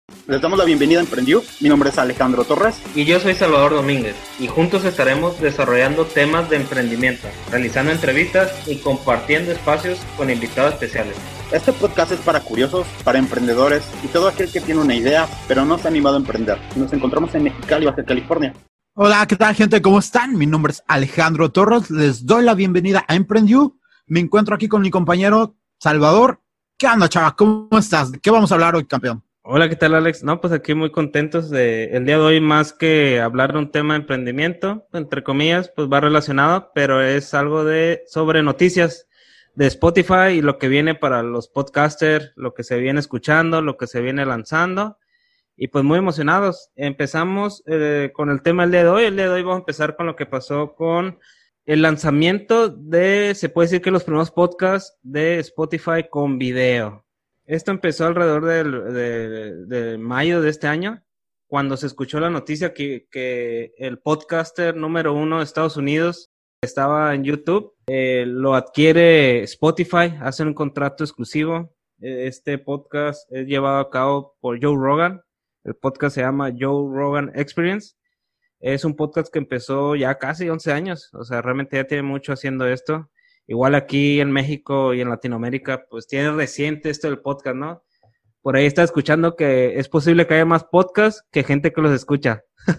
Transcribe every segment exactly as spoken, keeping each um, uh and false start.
Les damos la bienvenida a Emprendió. Mi nombre es Alejandro Torres. Y yo soy Salvador Domínguez. Y juntos estaremos desarrollando temas de emprendimiento, realizando entrevistas y compartiendo espacios con invitados especiales. Este podcast es para curiosos, para emprendedores y todo aquel que tiene una idea, pero no se ha animado a emprender. Nos encontramos en Mexicali, Baja California. Hola, ¿qué tal, gente? ¿Cómo están? Mi nombre es Alejandro Torres. Les doy la bienvenida a Emprendió. Me encuentro aquí con mi compañero Salvador. ¿Qué onda, chava? ¿Cómo estás? ¿Qué vamos a hablar hoy, campeón? Hola, ¿qué tal, Alex? No, pues aquí muy contentos de el día de hoy, más que hablar de un tema de emprendimiento, entre comillas, pues va relacionado, pero es algo de sobre noticias de Spotify y lo que viene para los podcasters, lo que se viene escuchando, lo que se viene lanzando, y pues muy emocionados. Empezamos eh, con el tema del día de hoy. El día de hoy vamos a empezar con lo que pasó con el lanzamiento de, se puede decir que los primeros podcasts de Spotify con video. Esto empezó alrededor del, de, de mayo de este año, cuando se escuchó la noticia que, que el podcaster número uno de Estados Unidos estaba en YouTube. Eh, lo adquiere Spotify, hace un contrato exclusivo. Este podcast es llevado a cabo por Joe Rogan. El podcast se llama Joe Rogan Experience. Es un podcast que empezó ya casi once años, o sea, realmente ya tiene mucho haciendo esto. Igual aquí en México y en Latinoamérica, pues tiene reciente esto del podcast, ¿no? Por ahí está escuchando que es posible que haya más podcasts que gente que los escucha.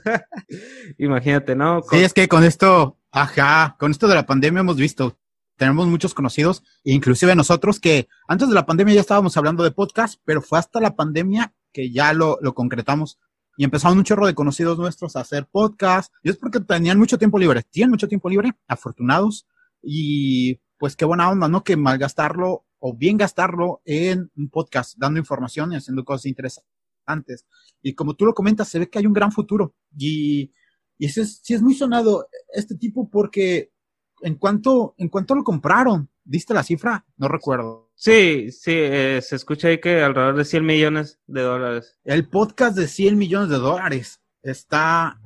Imagínate, ¿no? Con... Sí, es que con esto, ajá, con esto de la pandemia hemos visto, tenemos muchos conocidos, inclusive nosotros que antes de la pandemia ya estábamos hablando de podcast, pero fue hasta la pandemia que ya lo, lo concretamos y empezaron un chorro de conocidos nuestros a hacer podcast, y es porque tenían mucho tiempo libre, tienen mucho tiempo libre, afortunados. Y pues qué buena onda, ¿no? Que malgastarlo o bien gastarlo en un podcast, dando información y haciendo cosas interesantes. Y como tú lo comentas, se ve que hay un gran futuro. Y, y ese es, sí es muy sonado este tipo porque en cuanto, en cuanto lo compraron, ¿diste la cifra? No recuerdo. Sí, sí, eh, se escucha ahí que alrededor de cien millones de dólares. El podcast de cien millones de dólares. Está...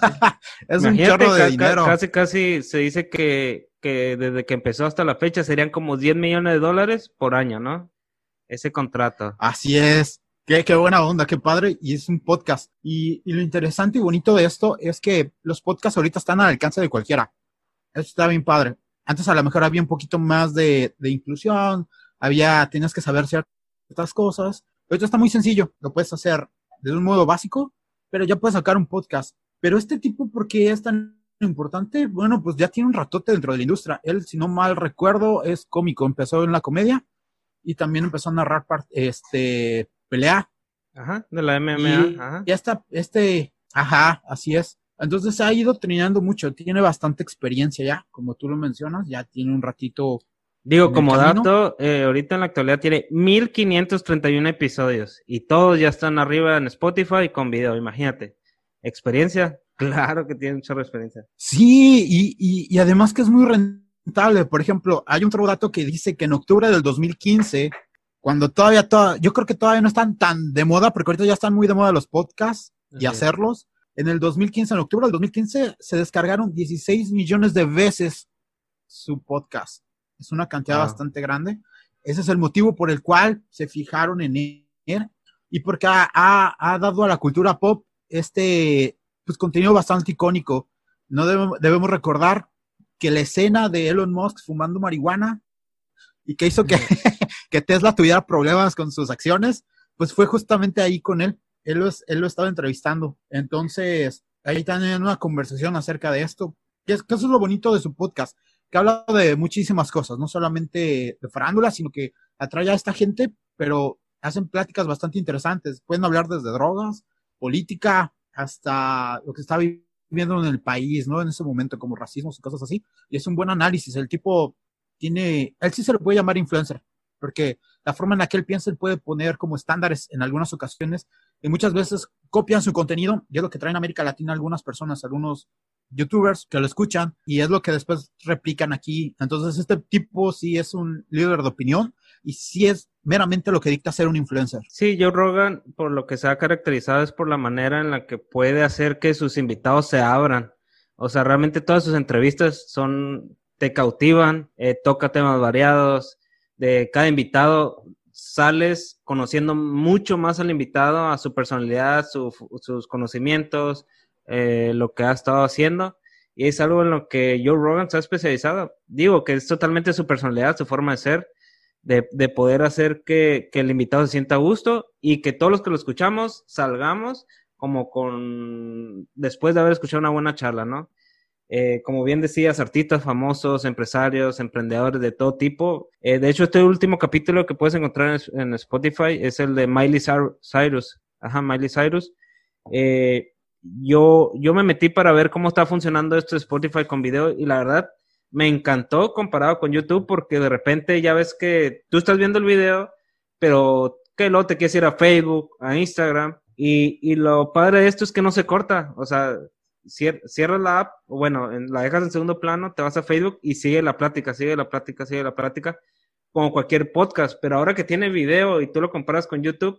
es Imagínate, un chorro de ca- dinero. Casi, casi se dice que, que desde que empezó hasta la fecha serían como diez millones de dólares por año, ¿no? Ese contrato. Así es. Qué, qué buena onda, qué padre. Y es un podcast. Y, y lo interesante y bonito de esto es que los podcasts ahorita están al alcance de cualquiera. Eso está bien padre. Antes a lo mejor había un poquito más de, de inclusión. Había, tenías que saber ciertas cosas. Ahorita está muy sencillo. Lo puedes hacer de un modo básico, pero ya puedes sacar un podcast. Pero este tipo, ¿por qué es tan importante? Bueno, pues ya tiene un ratote dentro de la industria. Él, si no mal recuerdo, es cómico. Empezó en la comedia y también empezó a narrar part, este, pelea. Ajá, de la M M A. Y ajá. ya está, este, ajá, así es. Entonces ha ido treinando mucho. Tiene bastante experiencia ya, como tú lo mencionas. Ya tiene un ratito. Digo, como dato, eh, ahorita en la actualidad tiene mil quinientos treinta y uno episodios y todos ya están arriba en Spotify con video, imagínate. ¿Experiencia? Claro que tiene mucha experiencia. Sí, y, y, y además que es muy rentable. Por ejemplo, hay un otro dato que dice que en octubre del dos mil quince, cuando todavía, toda, yo creo que todavía no están tan de moda, porque ahorita ya están muy de moda los podcasts y okay. hacerlos. En el dos mil quince, en octubre del dos mil quince, se descargaron dieciséis millones de veces su podcast. Es una cantidad ah. bastante grande. Ese es el motivo por el cual se fijaron en él y porque ha, ha, ha dado a la cultura pop este pues, contenido bastante icónico. No debemos, debemos recordar que la escena de Elon Musk fumando marihuana y que hizo que, que Tesla tuviera problemas con sus acciones, pues fue justamente ahí con él. Él lo, él lo estaba entrevistando. Entonces, ahí tenían una conversación acerca de esto. Que, es, que eso es lo bonito de su podcast, que habla de muchísimas cosas, no solamente de farándula, sino que atrae a esta gente, pero hacen pláticas bastante interesantes. Pueden hablar desde drogas, política, hasta lo que está viviendo en el país, ¿no? En ese momento, como racismo y cosas así. Y es un buen análisis. El tipo tiene, él sí se lo puede llamar influencer, porque la forma en la que él piensa, él puede poner como estándares en algunas ocasiones, y muchas veces copian su contenido, y es lo que traen a América Latina algunas personas, algunos youtubers que lo escuchan, y es lo que después replican aquí. Entonces este tipo sí es un líder de opinión, y sí es meramente lo que dicta ser un influencer. Sí, Joe Rogan, por lo que se ha caracterizado es por la manera en la que puede hacer que sus invitados se abran. O sea, realmente todas sus entrevistas son, te cautivan, eh, toca temas variados, de cada invitado sales conociendo mucho más al invitado, a su personalidad, su, sus conocimientos, eh, lo que ha estado haciendo, y es algo en lo que Joe Rogan se ha especializado. Digo que es totalmente su personalidad, su forma de ser, de, de poder hacer que, que el invitado se sienta a gusto y que todos los que lo escuchamos salgamos como con, después de haber escuchado una buena charla, ¿no? Eh, como bien decías, artistas famosos, empresarios, emprendedores de todo tipo. Eh, de hecho, este último capítulo que puedes encontrar en, en Spotify es el de Miley Cyrus. Ajá, Miley Cyrus. Eh, yo, yo me metí para ver cómo está funcionando esto de Spotify con video y la verdad me encantó comparado con YouTube porque de repente ya ves que tú estás viendo el video, pero que luego te quieres ir a Facebook, a Instagram y, y lo padre de esto es que no se corta, o sea, cierras la app, o bueno, la dejas en segundo plano, te vas a Facebook y sigue la plática, sigue la plática, sigue la plática, como cualquier podcast, pero ahora que tiene video y tú lo comparas con YouTube,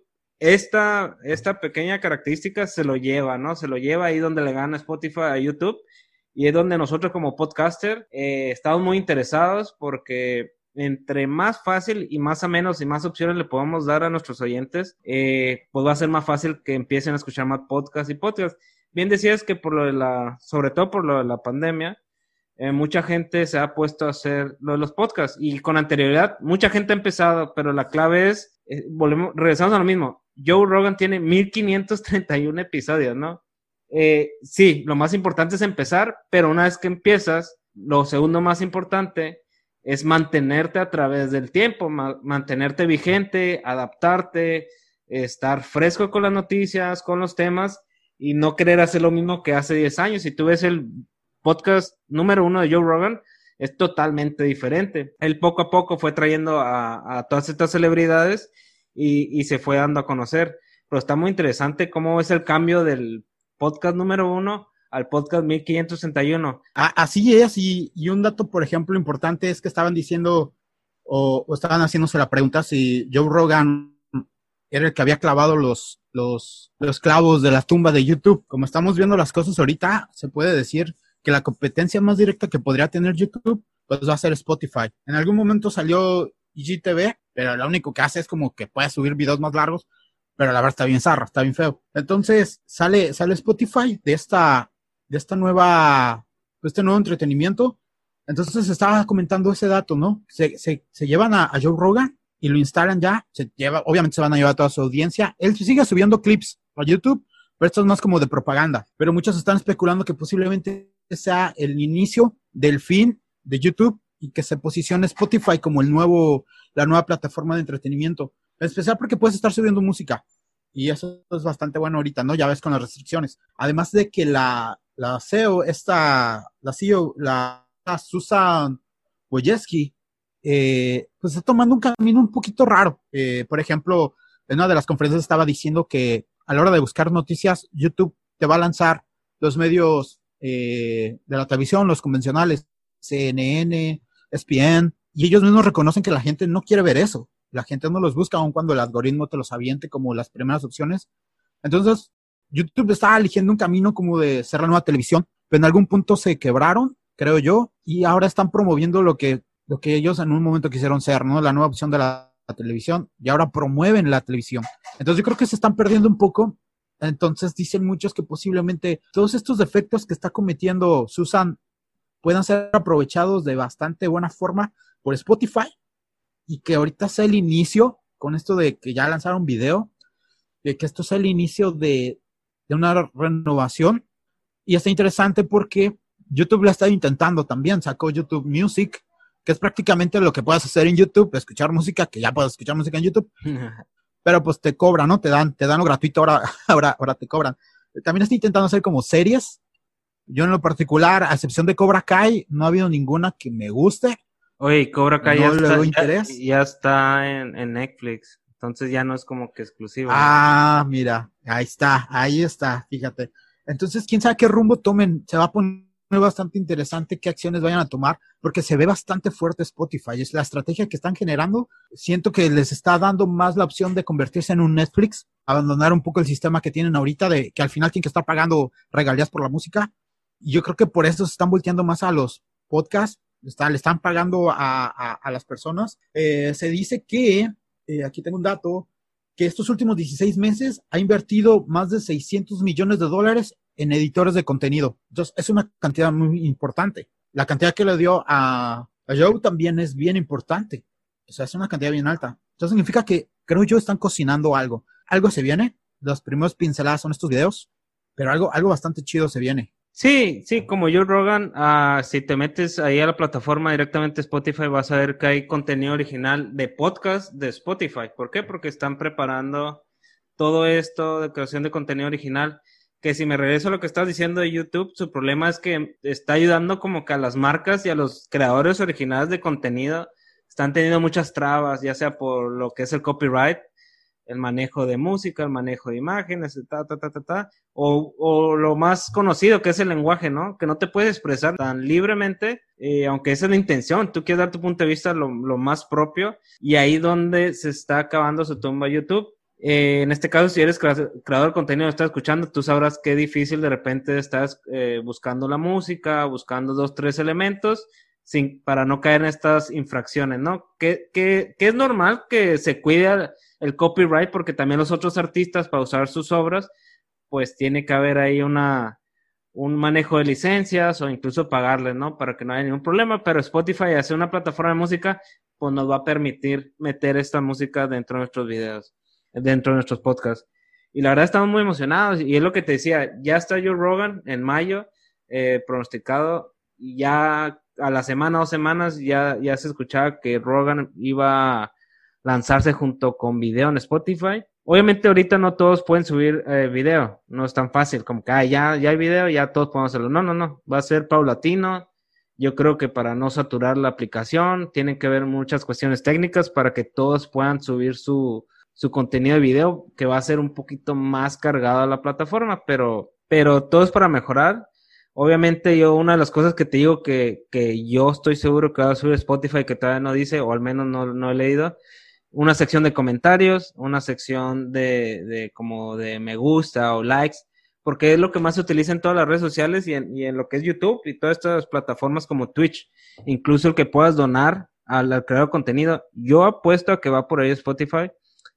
esta, esta pequeña característica se lo lleva, ¿no? Se lo lleva ahí donde le gana Spotify a YouTube, y es donde nosotros como podcaster eh, estamos muy interesados porque entre más fácil y más a menos y más opciones le podamos dar a nuestros oyentes, eh, pues va a ser más fácil que empiecen a escuchar más podcasts y podcasts. Bien decías que por lo de la, sobre todo por lo de la pandemia, eh, mucha gente se ha puesto a hacer lo de los podcasts y con anterioridad mucha gente ha empezado, pero la clave es, eh, volvemos, regresamos a lo mismo. Joe Rogan tiene mil quinientos treinta y uno episodios, ¿no? Eh, sí, lo más importante es empezar, pero una vez que empiezas, lo segundo más importante es mantenerte a través del tiempo, ma- mantenerte vigente, adaptarte, estar fresco con las noticias, con los temas y no querer hacer lo mismo que hace diez años. Si tú ves el podcast número uno de Joe Rogan, es totalmente diferente. Él poco a poco fue trayendo a, a todas estas celebridades y, y se fue dando a conocer. Pero está muy interesante cómo es el cambio del podcast número uno al podcast mil quinientos sesenta y uno. Ah, así es, y, y un dato, por ejemplo, importante es que estaban diciendo, o, o estaban haciéndose la pregunta si Joe Rogan era el que había clavado los, los, los clavos de la tumba de YouTube. Como estamos viendo las cosas ahorita, se puede decir que la competencia más directa que podría tener YouTube, pues va a ser Spotify. En algún momento salió I G T V, pero lo único que hace es como que puede subir videos más largos, pero la verdad está bien zarra, está bien feo. Entonces sale, sale Spotify de esta, de esta nueva, de este nuevo entretenimiento. Entonces estaba comentando ese dato, ¿no? Se, se, se llevan a, a Joe Rogan y lo instalan ya, se lleva, obviamente se van a llevar a toda su audiencia. Él sigue subiendo clips a YouTube, pero esto es más como de propaganda. Pero muchos están especulando que posiblemente sea el inicio del fin de YouTube y que se posicione Spotify como el nuevo, la nueva plataforma de entretenimiento. En especial porque puedes estar subiendo música. Y eso es bastante bueno ahorita, ¿no? Ya ves con las restricciones. Además de que la, la C E O, esta, la C E O, la, la Susan Wojcicki, eh, pues está tomando un camino un poquito raro. Eh, por ejemplo, en una de las conferencias estaba diciendo que a la hora de buscar noticias, YouTube te va a lanzar los medios eh, de la televisión, los convencionales, C N N, E S P N, y ellos mismos reconocen que la gente no quiere ver eso. La gente no los busca aun cuando el algoritmo te los aviente como las primeras opciones. Entonces, YouTube estaba eligiendo un camino como de ser la nueva televisión, pero en algún punto se quebraron, creo yo, y ahora están promoviendo lo que, lo que ellos en un momento quisieron ser, ¿no? La nueva opción de la, la televisión, y ahora promueven la televisión. Entonces yo creo que se están perdiendo un poco. Entonces dicen muchos que posiblemente todos estos defectos que está cometiendo Susan puedan ser aprovechados de bastante buena forma por Spotify, y que ahorita sea el inicio, con esto de que ya lanzaron video, de que esto sea el inicio de, de una renovación. Y está interesante porque YouTube lo ha estado intentando también, sacó YouTube Music, que es prácticamente lo que puedes hacer en YouTube, escuchar música, que ya puedes escuchar música en YouTube, pero pues te cobran, ¿no? Te dan, te dan lo gratuito, ahora, ahora, ahora te cobran. También está intentando hacer como series. Yo en lo particular, a excepción de Cobra Kai, no ha habido ninguna que me guste. Oye, Cobra Kai no ya, está, ya, ya está en, en Netflix, entonces ya no es como que exclusivo. Ah, ¿no? Mira, ahí está, ahí está, fíjate. Entonces, quién sabe qué rumbo tomen, se va a poner bastante interesante qué acciones vayan a tomar, porque se ve bastante fuerte Spotify, es la estrategia que están generando. Siento que les está dando más la opción de convertirse en un Netflix, abandonar un poco el sistema que tienen ahorita, de que al final tienen que estar pagando regalías por la música. Y yo creo que por eso se están volteando más a los podcasts. Está, le están pagando a, a, a las personas. Eh, se dice que eh, aquí tengo un dato, que estos últimos dieciséis meses ha invertido más de seiscientos millones de dólares en editores de contenido. Entonces, es una cantidad muy importante. La cantidad que le dio a, a Joe también es bien importante. O sea, es una cantidad bien alta. Eso significa que, creo yo, están cocinando algo. Algo se viene. Las primeras pinceladas son estos videos, pero algo, algo bastante chido se viene. Sí, sí, como Joe Rogan, uh, si te metes ahí a la plataforma directamente Spotify, vas a ver que hay contenido original de podcast de Spotify. ¿Por qué? Porque están preparando todo esto de creación de contenido original. Que si me regreso a lo que estás diciendo de YouTube, su problema es que está ayudando como que a las marcas y a los creadores originales de contenido están teniendo muchas trabas, ya sea por lo que es el copyright, el manejo de música, el manejo de imágenes, ta, ta, ta, ta, ta, o, o lo más conocido que es el lenguaje, ¿no? Que no te puedes expresar tan libremente, eh, aunque esa es la intención, tú quieres dar tu punto de vista lo, lo más propio, y ahí donde se está acabando su tumba YouTube. Eh, en este caso, si eres creador de contenido y estás escuchando, tú sabrás qué difícil de repente estás eh, buscando la música, buscando dos, tres elementos, sin, para no caer en estas infracciones, ¿no? Que, que, que es normal que se cuide el copyright, porque también los otros artistas, para usar sus obras, pues tiene que haber ahí una, un manejo de licencias o incluso pagarles, ¿no? Para que no haya ningún problema, pero Spotify, al ser una plataforma de música, pues nos va a permitir meter esta música dentro de nuestros videos, dentro de nuestros podcasts. Y la verdad estamos muy emocionados, y es lo que te decía, ya está Joe Rogan en mayo, eh, pronosticado, y ya a la semana, dos semanas, ya, ya se escuchaba que Rogan iba a lanzarse junto con video en Spotify. Obviamente ahorita no todos pueden subir eh, video, no es tan fácil, como que ah, ya, ya hay video, ya todos podemos hacerlo. No, no, no, va a ser paulatino. Yo creo que para no saturar la aplicación, tienen que haber muchas cuestiones técnicas para que todos puedan subir su su contenido de video, que va a ser un poquito más cargado a la plataforma, pero, pero todo es para mejorar. Obviamente yo, una de las cosas que te digo que, que yo estoy seguro que va a subir Spotify, que todavía no dice, o al menos no, no he leído, una sección de comentarios, una sección de, de como de me gusta o likes, porque es lo que más se utiliza en todas las redes sociales y en, y en lo que es YouTube y todas estas plataformas como Twitch, incluso el que puedas donar al, al creador de contenido. Yo apuesto a que va por ahí Spotify,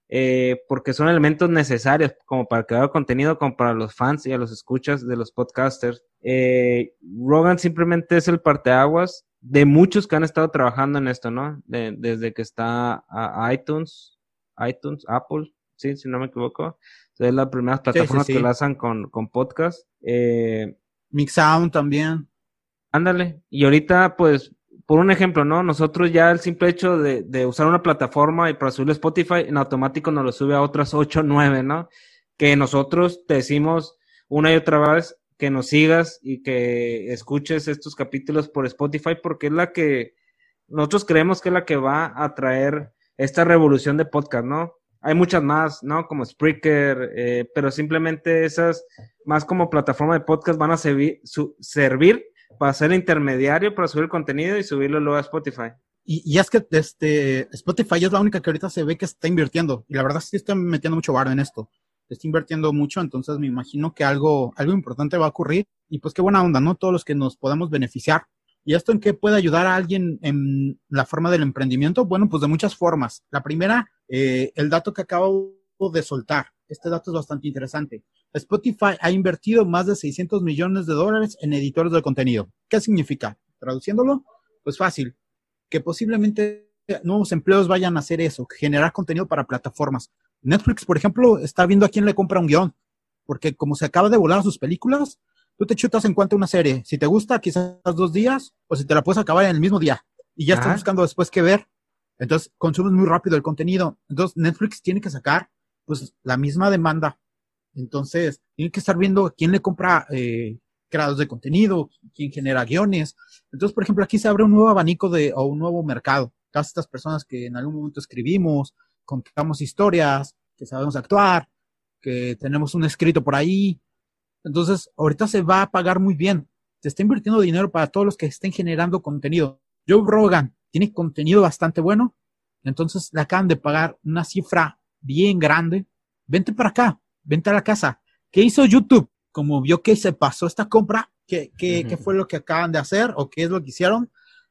Eh, porque son elementos necesarios como para crear contenido, como para los fans y a los escuchas de los podcasters. Eh, Rogan simplemente es el parteaguas de muchos que han estado trabajando en esto, ¿no? De, desde que está a iTunes, iTunes, Apple, sí, si no me equivoco. Es las primeras plataformas sí, sí, sí. que lo hacen con, con podcast. Eh, Mixsound también. Ándale. Y ahorita, pues, por un ejemplo, ¿no? Nosotros ya el simple hecho de, de usar una plataforma y para subirle Spotify, en automático nos lo sube a otras ocho o nueve, ¿no? Que nosotros te decimos una y otra vez que nos sigas y que escuches estos capítulos por Spotify, porque es la que nosotros creemos que es la que va a traer esta revolución de podcast, ¿no? Hay muchas más, ¿no? Como Spreaker, eh, pero simplemente esas, más como plataforma de podcast, van a servir, su, servir para ser intermediario, para subir el contenido y subirlo luego a Spotify. Y, y es que este Spotify es la única que ahorita se ve que está invirtiendo. Y la verdad sí está metiendo mucho barro en esto. Está invirtiendo mucho, entonces me imagino que algo, algo importante va a ocurrir. Y pues qué buena onda, ¿no? Todos los que nos podamos beneficiar. ¿Y esto en qué puede ayudar a alguien en la forma del emprendimiento? Bueno, pues de muchas formas. La primera, eh, el dato que acabo de soltar. Este dato es bastante interesante. Spotify ha invertido más de seiscientos millones de dólares en editores de contenido. ¿Qué significa? Traduciéndolo, pues fácil. Que posiblemente nuevos empleos vayan a hacer eso, generar contenido para plataformas. Netflix, por ejemplo, está viendo a quién le compra un guión. Porque como se acaba de volar sus películas, tú te chutas en cuanto a una serie. Si te gusta, quizás dos días, o si te la puedes acabar en el mismo día. Y ya estás buscando después qué ver. Entonces, consumes muy rápido el contenido. Entonces, Netflix tiene que sacar, pues, la misma demanda. Entonces, tiene que estar viendo quién le compra eh, creadores de contenido, quién genera guiones. Entonces, por ejemplo, aquí se abre un nuevo abanico de, o un nuevo mercado. Todas estas personas que en algún momento escribimos, contamos historias, que sabemos actuar, que tenemos un escrito por ahí. Entonces, ahorita se va a pagar muy bien. Se está invirtiendo dinero para todos los que estén generando contenido. Joe Rogan tiene contenido bastante bueno. Entonces, le acaban de pagar una cifra bien grande. Vente para acá. Vente a la casa. ¿Qué hizo YouTube? Como vio que se pasó esta compra, ¿qué, qué, uh-huh. ¿qué fue lo que acaban de hacer o qué es lo que hicieron?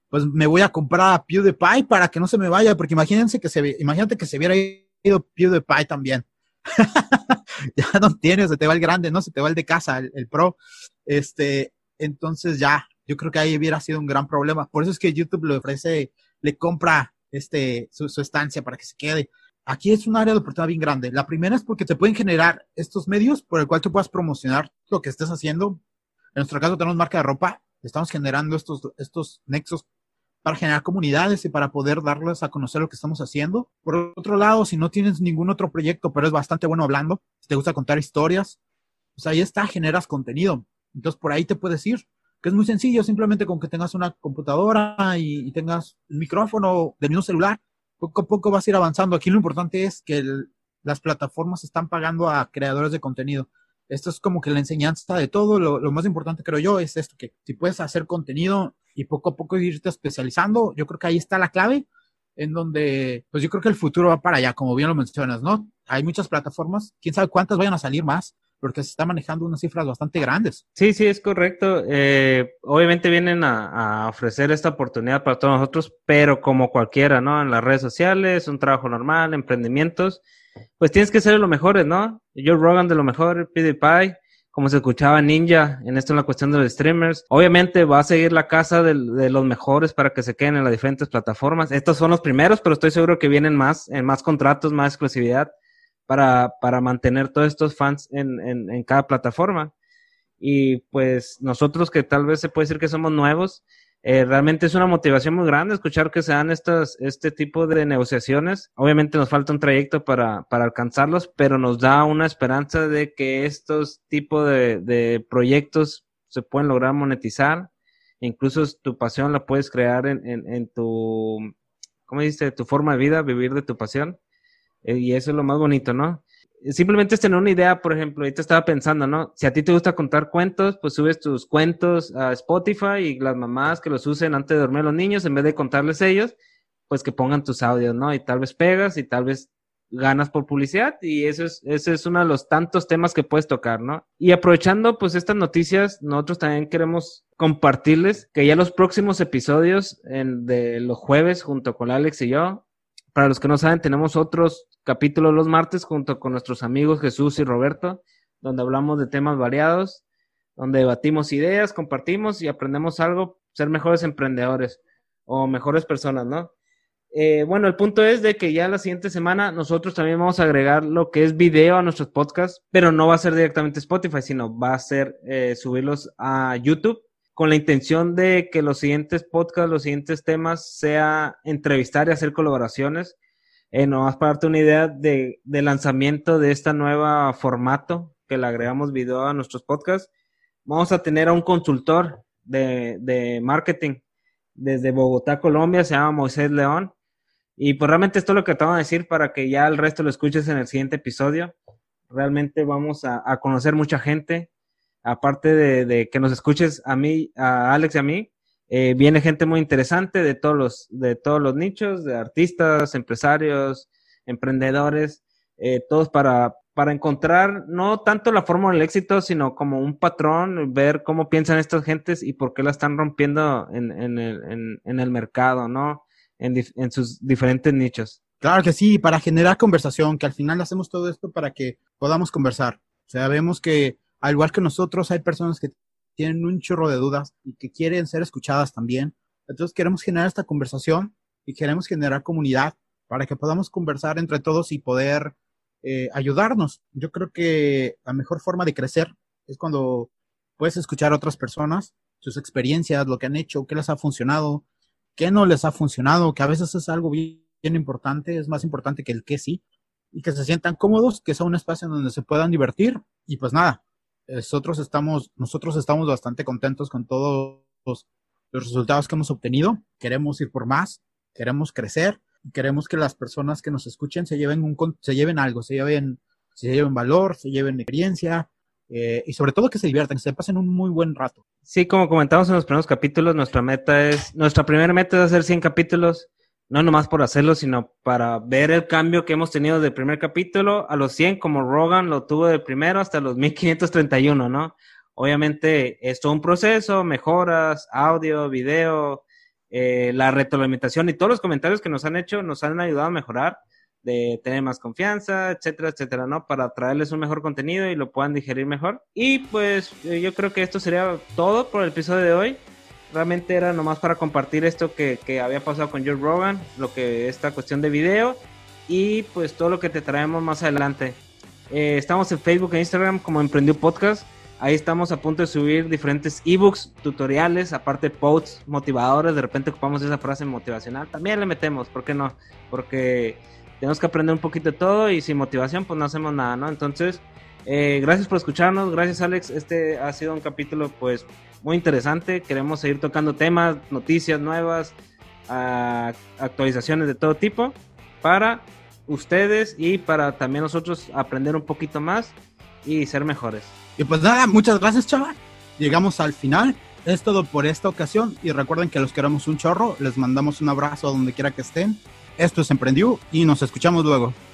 pues me voy a comprar a PewDiePie para que no se me vaya, porque imagínense que se, imagínate que se hubiera ido PewDiePie también. Ya no tienes, se te va el grande, ¿no? Se te va el de casa, el, el pro. Este, entonces ya, yo creo que ahí hubiera sido un gran problema. Por eso es que YouTube le ofrece, le compra este, su, su estancia para que se quede. Aquí es un área de oportunidad bien grande. La primera es porque te pueden generar estos medios por el cual tú puedas promocionar lo que estés haciendo. En nuestro caso tenemos marca de ropa. Estamos generando estos, estos nexos para generar comunidades y para poder darles a conocer lo que estamos haciendo. Por otro lado, si no tienes ningún otro proyecto, pero es bastante bueno hablando, si te gusta contar historias, pues ahí está, generas contenido. Entonces por ahí te puedes ir, que es muy sencillo, simplemente con que tengas una computadora y, y tengas un micrófono del mismo celular, poco a poco vas a ir avanzando. Aquí lo importante es que el, las plataformas están pagando a creadores de contenido. Esto es como que la enseñanza de todo. Lo, lo más importante, creo yo, es esto, que si puedes hacer contenido y poco a poco irte especializando, yo creo que ahí está la clave, en donde, pues yo creo que el futuro va para allá, como bien lo mencionas, ¿no? Hay muchas plataformas, quién sabe cuántas vayan a salir más, porque se está manejando unas cifras bastante grandes. Sí, sí, es correcto. Eh, obviamente vienen a, a ofrecer esta oportunidad para todos nosotros, pero como cualquiera, ¿no? En las redes sociales, un trabajo normal, emprendimientos, pues tienes que ser lo mejores, ¿no? Joe Rogan de lo mejor, PewDiePie, como se escuchaba Ninja, en esto en la cuestión de los streamers. Obviamente va a seguir la casa de, de los mejores para que se queden en las diferentes plataformas. Estos son los primeros, pero estoy seguro que vienen más, en más contratos, más exclusividad para, para mantener todos estos fans en, en, en cada plataforma. Y pues nosotros que tal vez se puede decir que somos nuevos, eh, realmente es una motivación muy grande escuchar que se dan estas, este tipo de negociaciones. Obviamente nos falta un trayecto para, para alcanzarlos, pero nos da una esperanza de que estos tipos de, de proyectos se pueden lograr monetizar. Incluso tu pasión la puedes crear en, en, en tu, ¿cómo dices? Tu forma de vida, vivir de tu pasión. Eh, y eso es lo más bonito, ¿no? Simplemente es tener una idea. Por ejemplo, ahorita estaba pensando, ¿no? Si a ti te gusta contar cuentos, pues subes tus cuentos a Spotify y las mamás que los usen antes de dormir a los niños, en vez de contarles ellos, pues que pongan tus audios, ¿no? Y tal vez pegas y tal vez ganas por publicidad, y eso es, ese es uno de los tantos temas que puedes tocar, ¿no? Y aprovechando pues estas noticias, nosotros también queremos compartirles que ya los próximos episodios en, de los jueves junto con Alex y yo, para los que no saben, tenemos otros capítulos los martes junto con nuestros amigos Jesús y Roberto, donde hablamos de temas variados, donde debatimos ideas, compartimos y aprendemos algo, ser mejores emprendedores o mejores personas, ¿no? Eh, bueno, el punto es de que ya la siguiente semana nosotros también vamos a agregar lo que es video a nuestros podcasts, pero no va a ser directamente Spotify, sino va a ser eh, subirlos a YouTube, con la intención de que los siguientes podcasts, los siguientes temas, sea entrevistar y hacer colaboraciones. Eh, nomás para darte una idea de, de lanzamiento de esta nueva formato, que le agregamos video a nuestros podcasts, vamos a tener a un consultor de, de marketing desde Bogotá, Colombia, se llama Moisés León, y pues realmente esto es lo que te voy a decir para que ya el resto lo escuches en el siguiente episodio. Realmente vamos a, a conocer mucha gente. Aparte de, de que nos escuches a mí, a Alex y a mí, eh, viene gente muy interesante de todos los, de todos los nichos, de artistas, empresarios, emprendedores, eh, todos para, para encontrar no tanto la fórmula del éxito, sino como un patrón, ver cómo piensan estas gentes y por qué la están rompiendo en, en, el, en, en el mercado, ¿no? En, dif- en sus diferentes nichos. Claro que sí, para generar conversación, que al final hacemos todo esto para que podamos conversar. O sea, vemos que al igual que nosotros, hay personas que tienen un chorro de dudas y que quieren ser escuchadas también. Entonces queremos generar esta conversación y queremos generar comunidad para que podamos conversar entre todos y poder eh, ayudarnos. Yo creo que la mejor forma de crecer es cuando puedes escuchar a otras personas, sus experiencias, lo que han hecho, qué les ha funcionado, qué no les ha funcionado, que a veces es algo bien, bien importante, es más importante que el qué sí, y que se sientan cómodos, que sea un espacio en donde se puedan divertir. Y pues nada, Nosotros estamos, nosotros estamos bastante contentos con todos los, los resultados que hemos obtenido. Queremos ir por más, queremos crecer, y queremos que las personas que nos escuchen se lleven un, se lleven algo, se lleven, se lleven valor, se lleven experiencia, eh, y sobre todo que se diviertan, que se pasen un muy buen rato. Sí, como comentamos en los primeros capítulos, nuestra meta es, nuestra primera meta es hacer cien capítulos. No nomás por hacerlo, sino para ver el cambio que hemos tenido del primer capítulo a los cien, como Rogan lo tuvo del primero hasta los mil quinientos treinta y uno, ¿no? Obviamente es todo un proceso, mejoras, audio, video, eh, la retroalimentación y todos los comentarios que nos han hecho nos han ayudado a mejorar, de tener más confianza, etcétera, etcétera, ¿no? Para traerles un mejor contenido y lo puedan digerir mejor. Y pues eh, yo creo que esto sería todo por el episodio de hoy. Realmente era nomás para compartir esto que, que había pasado con Joe Rogan, lo que esta cuestión de video y pues todo lo que te traemos más adelante. Eh, estamos en Facebook e Instagram como Emprendió Podcast. Ahí estamos a punto de subir diferentes ebooks, tutoriales, aparte posts motivadores. De repente ocupamos esa frase motivacional. También le metemos, ¿por qué no? Porque tenemos que aprender un poquito de todo y sin motivación pues no hacemos nada, ¿no? Entonces, eh, gracias por escucharnos. Gracias, Alex. Este ha sido un capítulo pues muy interesante. Queremos seguir tocando temas, noticias nuevas, uh, actualizaciones de todo tipo para ustedes y para también nosotros aprender un poquito más y ser mejores. Y pues nada, muchas gracias, chaval. Llegamos al final. Es todo por esta ocasión y recuerden que los queremos un chorro. Les mandamos un abrazo a donde quiera que estén. Esto es Emprendió y nos escuchamos luego.